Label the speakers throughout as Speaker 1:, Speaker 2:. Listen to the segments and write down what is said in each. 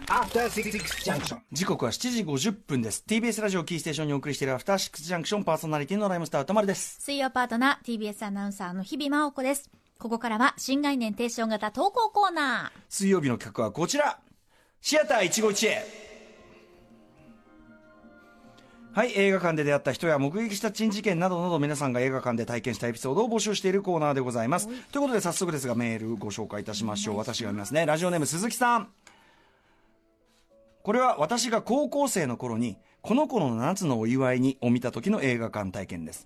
Speaker 1: After Six Junction。
Speaker 2: 時刻は7時50分です。 TBS ラジオキーステーションにお送りしているアフターシックスジャンクション、パーソナリティのライムスター歌丸です。
Speaker 3: 水曜パートナー TBS アナウンサーの日々真央子です。ここからは新概念提唱型投稿コーナー。
Speaker 2: 水曜日の企画はこちら、シアター一期一会。はい、映画館で出会った人や目撃した珍事件などなど、皆さんが映画館で体験したエピソードを募集しているコーナーでございます。ということで早速ですがメールご紹介いたしましょう。私が見ますね。ラジオネーム鈴木さん。これは私が高校生の頃にこの子の夏のお祝いにを見た時の映画館体験です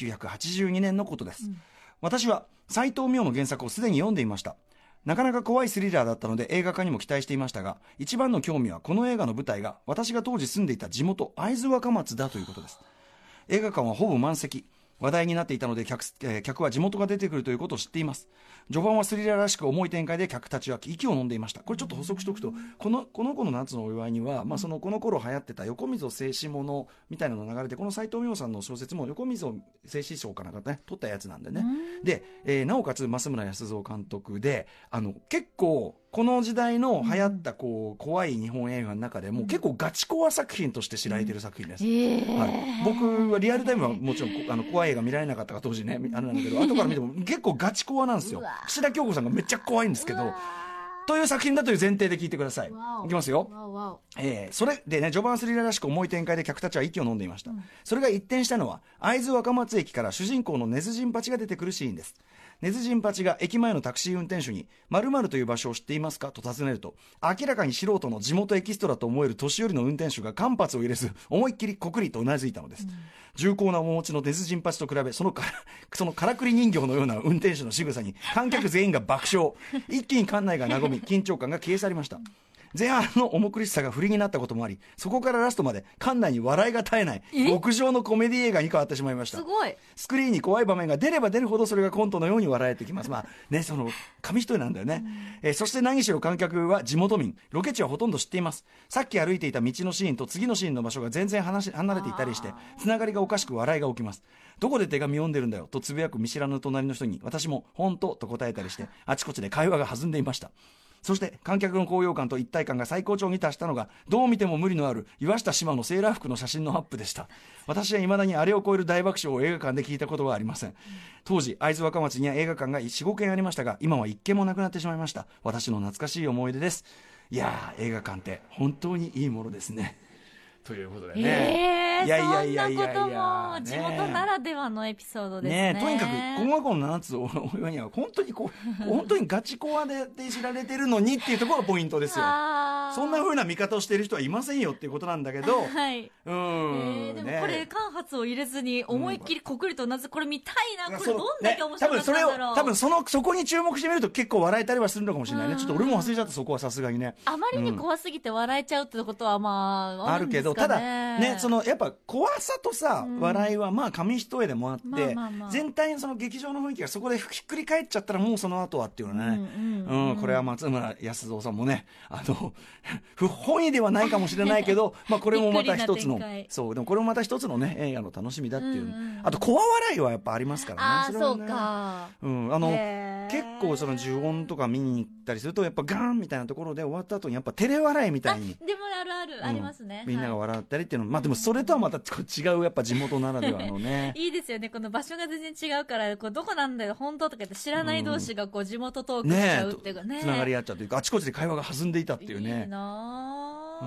Speaker 2: 。1982年のことです。私は斉藤妙の原作をすでに読んでいました。なかなか怖いスリラーだったので映画化にも期待していましたが、一番の興味はこの映画の舞台が私が当時住んでいた地元会津若松だということです。映画館はほぼ満席、話題になっていたので 客は地元が出てくるということを知っています。序盤はスリラーらしく重い展開で客たちは息を飲んでいました。これちょっと補足しておくと、この子の夏のお祝いには、そのこの頃流行ってた横溝静止ものみたいなのが流れて、この斉藤美桜さんの小説も横溝静止賞かなんかね撮ったやつなんでね。で、なおかつ増村康造監督で、結構この時代の流行った怖い日本映画の中でも結構ガチコア作品として知られている作品です。はい、僕はリアルタイムはもちろん怖い映画見られなかったから当時ね、あれなんだけど、後から見ても結構ガチコアなんですよ。岸田京子さんがめっちゃ怖いんですけど、という作品だという前提で聞いてください。いきますよ。それでね、序盤スリラーらしく重い展開で客たちは息を飲んでいました。それが一転したのは会津若松駅から主人公の根津陣八が出てくるシーンです。根津陣八が駅前のタクシー運転手に〇〇という場所を知っていますかと尋ねると、明らかに素人の地元エキストラと思える年寄りの運転手が間髪を入れず思いっきりこくりとうなずいたのです。重厚な面持ちの根津陣八と比べ、そのからくり人形のような運転手の仕草に観客全員が爆笑。一気に館内が和み緊張感が消え去りました。前半の重苦しさが振りになったこともあり、そこからラストまで館内に笑いが絶えない極上のコメディ映画に変わってしまいました。
Speaker 3: すごい。
Speaker 2: スクリーンに怖い場面が出れば出るほどそれがコントのように笑えてきます。その紙一重なんだよね。そして何しろ観客は地元民、ロケ地はほとんど知っています。さっき歩いていた道のシーンと次のシーンの場所が全然離れていたりして、つながりがおかしく笑いが起きます。どこで手紙読んでるんだよとつぶやく見知らぬ隣の人に私も本当と答えたりして、あちこちで会話が弾んでいました。そして観客の高揚感と一体感が最高潮に達したのが、どう見ても無理のある岩下志麻のセーラー服の写真のアップでした。私は未だにあれを超える大爆笑を映画館で聞いたことはありません。当時会津若松には映画館が 4,5 軒ありましたが、今は1軒もなくなってしまいました。私の懐かしい思い出です。いやー、映画館って本当にいいものですね、ということでね。
Speaker 3: そんなことも地元ならではのエピソードですね。
Speaker 2: とにかくこの子の夏お祝いには本当に本当にガチコアで知られてるのにっていうところがポイントですよ。そんな風な見方をしている人はいませんよっていうことなんだけど、
Speaker 3: はい。でもこれ間髪を入れずに思いっきりこくりとなぜこれ見たいな、これどんだけ面白かったんだろう。
Speaker 2: 多分そこに注目してみると結構笑えたりはするのかもしれないね。ちょっと俺も忘れちゃった、そこはさすがにね。
Speaker 3: あまりに怖すぎて笑えちゃうってことはあるんですかね。
Speaker 2: あるけど、ただね、やっぱ怖さとさ、笑いは紙一重でもあって、全体のその劇場の雰囲気がそこでひっくり返っちゃったらもうその後はっていうのね。これは松村康造さんもね、不本意ではないかもしれないけど、これもまた一つのでもこれもまた一つのね映画の楽しみだっていう、あと怖笑いはやっぱありますからね。
Speaker 3: そうか。
Speaker 2: 結構その呪音とか見に行ったりするとやっぱガーンみたいなところで終わった後にやっぱ照れ笑いみたいに、
Speaker 3: でもありますね。
Speaker 2: みんなが笑ったりっていうの、でもそれとはまた違うやっぱ地元ならではのね。
Speaker 3: いいですよね、この場所が全然違うからどこなんだよ本当とか言って知らない同士が地元トークしちゃうっていうかね、
Speaker 2: つながり合っちゃうというか、あちこちで会話が弾んでいたっていうね。
Speaker 3: いいな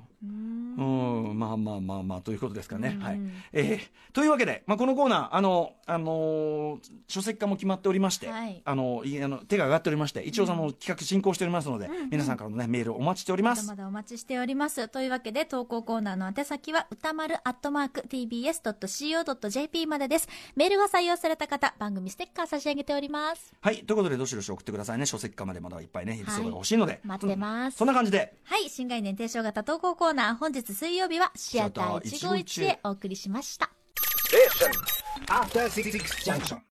Speaker 2: ということですかね。はい。というわけで、このコーナー書籍化も決まっておりまして、手が挙がっておりまして、一応企画進行しておりますので、皆さんからのねメールお待ちしております。
Speaker 3: まだお待ちしております。というわけで投稿コーナーの宛先は歌丸@tbs.co.jp までです。メールが採用された方、番組ステッカー差し上げております。
Speaker 2: はい、ということでどしどし送ってくださいね。書籍化までまだいっぱいねエピソードが欲しいので、
Speaker 3: 待ってます。
Speaker 2: そんな感じで、
Speaker 3: はい、新概念提唱型投稿コーナー、本日水曜日はシアター一期一会お送りしました。
Speaker 1: After 66 junction.